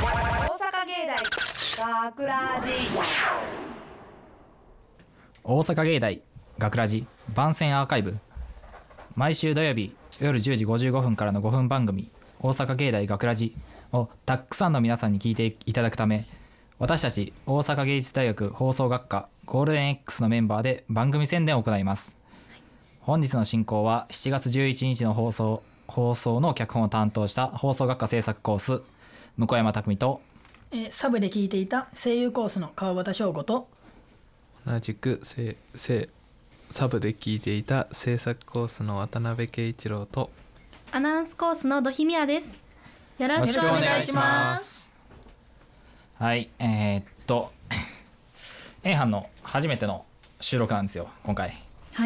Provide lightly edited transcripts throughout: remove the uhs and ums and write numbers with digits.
学ラジ大阪芸大学ラジ番宣アーカイブ、毎週土曜日夜10時55分からの5分番組大阪芸大学ラジをたくさんの皆さんに聞いていただくため、私たち大阪芸術大学放送学科ゴールデン X のメンバーで番組宣伝を行います。本日の進行は7月11日の放送の脚本を担当した放送学科制作コース向山拓実と、 サブで聞いていた声優コースの川端翔吾と、 同じくサブで聞いていた制作コースの渡辺圭一郎と、 アナウンスコースの土肥宮です。よろしくお願いします。 はい、A 班の初めての収録なんですよ今回。 はい。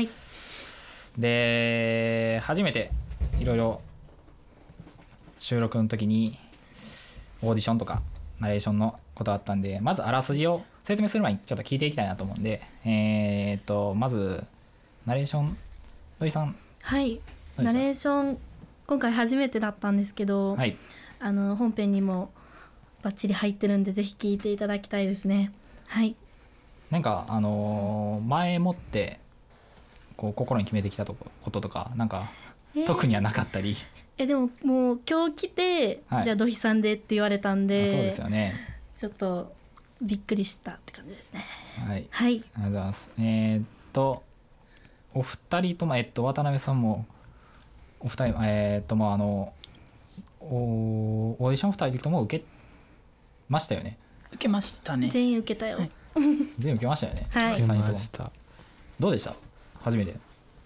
で初めていろいろ収録の時にオーディションとかナレーションのことあったんで、まずあらすじを説明する前にちょっと聞いていきたいなと思うんで、まずナレーション土井さん。 はい、ナレーション今回初めてだったんですけど、 はい、 本編にもバッチリ入ってるんでぜひ聞いていただきたいですね。はい。 なんか前もってこう心に決めてきたこととかなんか特にはなかったり。 でももう今日来て、 はい、 じゃあ土肥さんでって言われたんで、 そうですよね。 ちょっとびっくりしたって感じですね。 はい、 はい、 ありがとうございます。お二人とも、渡辺さんもお二人、もオーディション二人とも受けましたよね。 受けましたね。 全員受けたよ。はい、 全員受けましたよね。 はい、 受けました。 どうでした？初めて。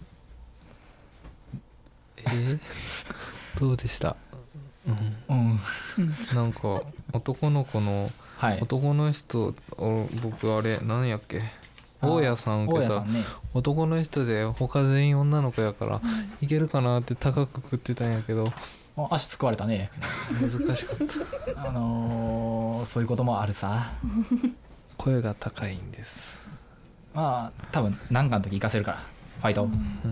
どうでした？なんか男の子の、はい、男の人、僕あれ何やっけ、大家さん受けた、ね、男の人で他全員女の子やから、いけるかなって高く食ってたんやけど、 足すくわれたね。 難しかった。 そういうこともあるさ。 声が高いんです。 まあ多分何かの時行かせるからファイト。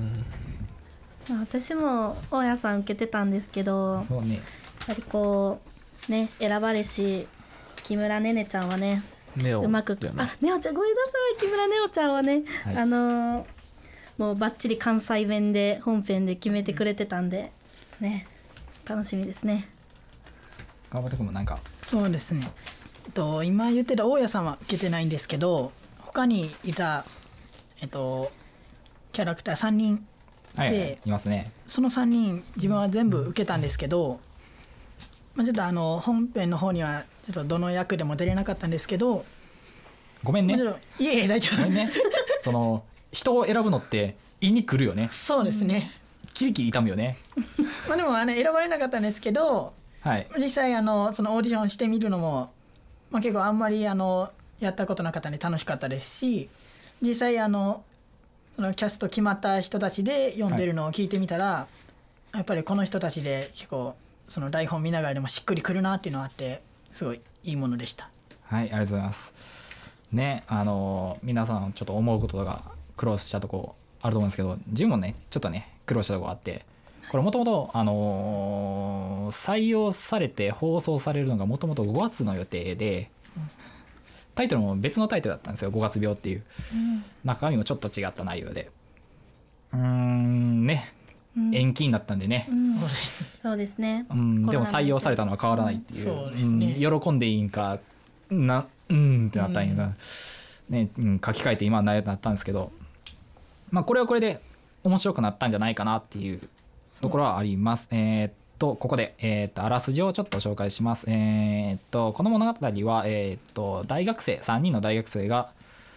私も大家さん受けてたんですけど、 そうね、 やっぱりこうね選ばれし木村ねねちゃんはね、うまくねおちゃんごめんなさい、木村ねおちゃんはね、はい、もうバッチリ関西弁で本編で決めてくれてたんでね、楽しみですね。 川端君もなんか。そうですね、 今言ってた大家さんは受けてないんですけど、他にいたキャラクター3人いて、はいはい、いますね。その3人自分は全部受けたんですけど、ちょっと本編の方にはちょっとどの役でも出れなかったんですけど、 ごめんね。 いえ大丈夫。ごめんね。 人を選ぶのって胃に来るよね。 そうですね。 キリキリ痛むよね。 でも選ばれなかったんですけど、はい、実際そのオーディションしてみるのも、結構あんまりやったことなかったんで楽しかったですし、実際そのキャスト決まった人たちで読んでるのを聞いてみたら、はい、やっぱりこの人たちで結構その台本見ながらでもしっくりくるなっていうのがあって、すごいいいものでした。はい、ありがとうございますね。皆さんちょっと思うことが苦労したとこあると思うんですけど、自分もねちょっとね苦労したとこあって、これもともと採用されて放送されるのがもともと5月の予定で、タイトルも別のタイトルだったんですよ、5月病っていう、中身もちょっと違った内容でね、延期になったんでね、 そうですね、 でも採用されたのは変わらないっていう、 そうですね、 喜んでいいんかってなったんやが、ね、書き換えて今はなったんですけど、これはこれで面白くなったんじゃないかなっていうところはあります。ここで、あらすじをちょっと紹介します。この物語は、大学生3人の大学生が、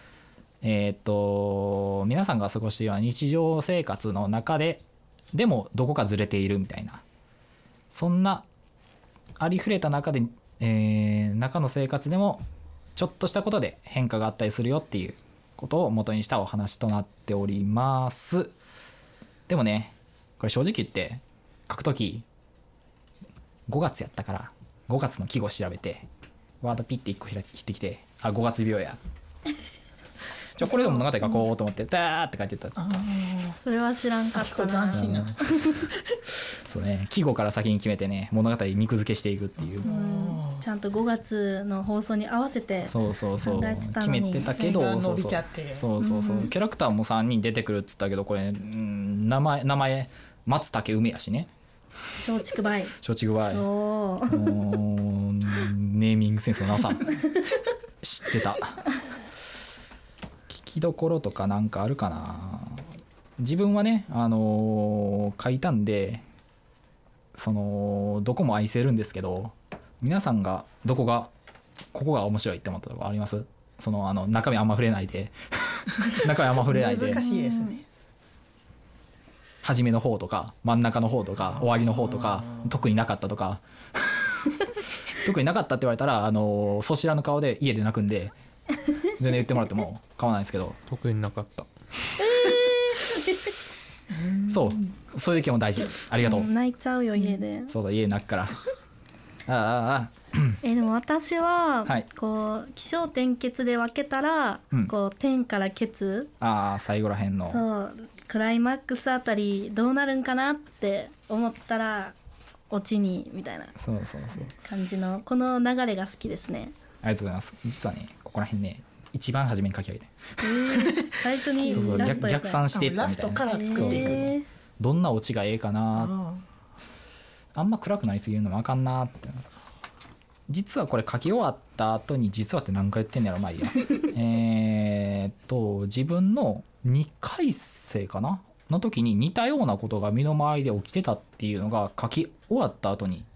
皆さんが過ごしているような日常生活の中ででもどこかずれているみたいな、そんなありふれた中で、中の生活でもちょっとしたことで変化があったりするよっていうことを元にしたお話となっております。でもね、これ正直言って書くとき5月やったから5月の季語調べてワードピッて1個引いてきて、5月病やこれでも物語書こうと思ってダーって書いてた。 それは知らんかったな。 そうね、季語から先に決めてね物語肉付けしていくっていう。 ちゃんと5月の放送に合わせて決めてたけど、 伸びちゃって、 キャラクターも3人出てくるっつったけど、これ、名前松竹梅やしね。 松竹梅ネーミングセンスのなさ知ってた。聞きどころとかなんかあるかな。自分はね、書いたんでどこも愛せるんですけど、皆さんがここが面白いって思ったところあります？中身あんま触れないで難しいですね。 初めの方とか真ん中の方とか終わりの方とか特になかったとか特になかったって言われたらそちらの顔で家で泣くんで全然言ってもらっても構わないですけど、 特になかった。 そういう意見も大事。ありがとう。 泣いちゃうよ家で。 そうだ、家泣くからでも私は、こう起承転結で分けたら、こう天から結、 最後らへんのそうクライマックスあたりどうなるんかなって思ったらオチにみたいな感じのこの流れが好きですね。 ありがとうございます。実はね、ここら辺ね一番初めに書き上げて最初にラスト逆算していったみたいな。 ラストから作っていく。 どんなオチがええかな、あんま暗くなりすぎるのもあかんなって。実はこれ書き終わった後に実はって何回言ってんねやろ。まあいいや自分の2回生かなの時に似たようなことが身の回りで起きてたっていうのが書き終わった後に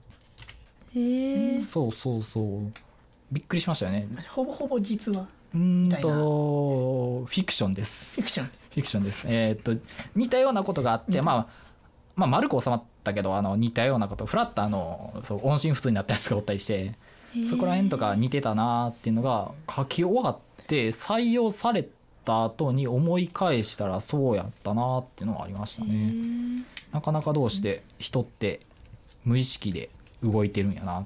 そうびっくりしましたよね。 ほぼ実はフィクションです。フィクションです。似たようなことがあって、まあ丸く収まったけど似たようなことフラッと音信不通になったやつがおったりして、そこら辺とか似てたなっていうのが書き終わって採用された後に思い返したらそうやったなっていうのがありましたね。なかなかどうして人って無意識で動いてるんやなって。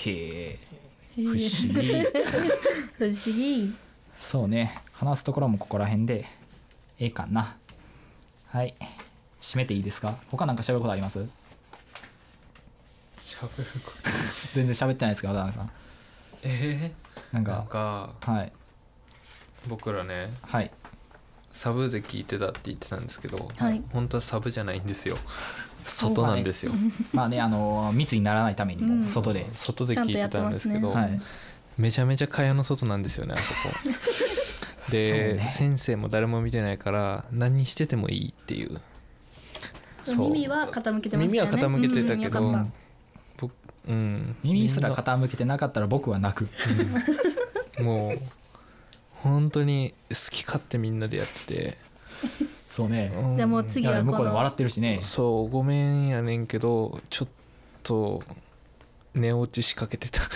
へえ、不思議不思議。 そうね、話すところもここら辺でええかな。はい、締めていいですか？他なんか喋ることあります？ 喋ること全然喋ってないですか渡辺さん。なんかはい、 僕らね、 はい、 サブで聞いてたって言ってたんですけど、 はい、 本当はサブじゃないんですよ。外なんですよ。 まあね、密にならないためにも外で聞いてたんですけど、めちゃめちゃ蚊帳の外なんですよね、あそこで、先生も誰も見てないから何しててもいいっていう。 耳は傾けてましたよね。 耳は傾けてたけど、 耳すら傾けてなかったら僕は泣く、 もう本当に好き勝手みんなでやっててそうね、 じゃあもう次は向こうで笑ってるしね。 そうごめんやねんけどちょっと寝落ちしかけてた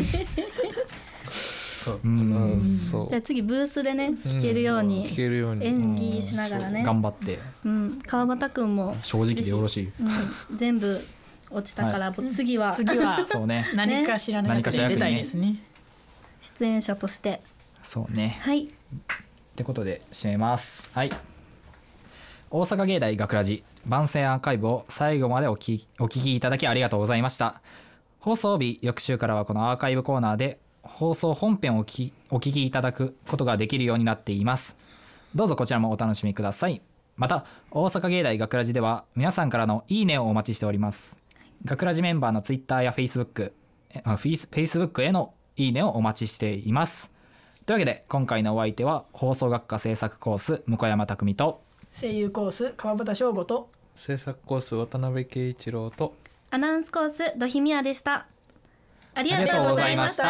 じゃあ次ブースでね聞けるように演技しながらね頑張って、 川端くんも正直でよろしい、 全部落ちたから、次はそうね、何かしらの役で入れたいですね、 出演者として。 そうね、 はいってことで締めます。はい、大阪芸大学ラジ番宣アーカイブを最後までお聞きいただきありがとうございました。放送日翌週からはこのアーカイブコーナーで放送本編をお聞きいただくことができるようになっています。どうぞこちらもお楽しみください。また大阪芸大学ラジでは皆さんからのいいねをお待ちしております。学ラジメンバーのツイッターやフェイスブックへのいいねをお待ちしています。というわけで今回のお相手は放送学科制作コース向山匠と声優コース川端翔吾と制作コース渡辺圭一郎とアナウンスコース土肥宮でした。ありがとうございました。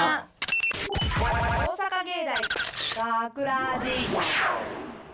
大阪芸大学ラジ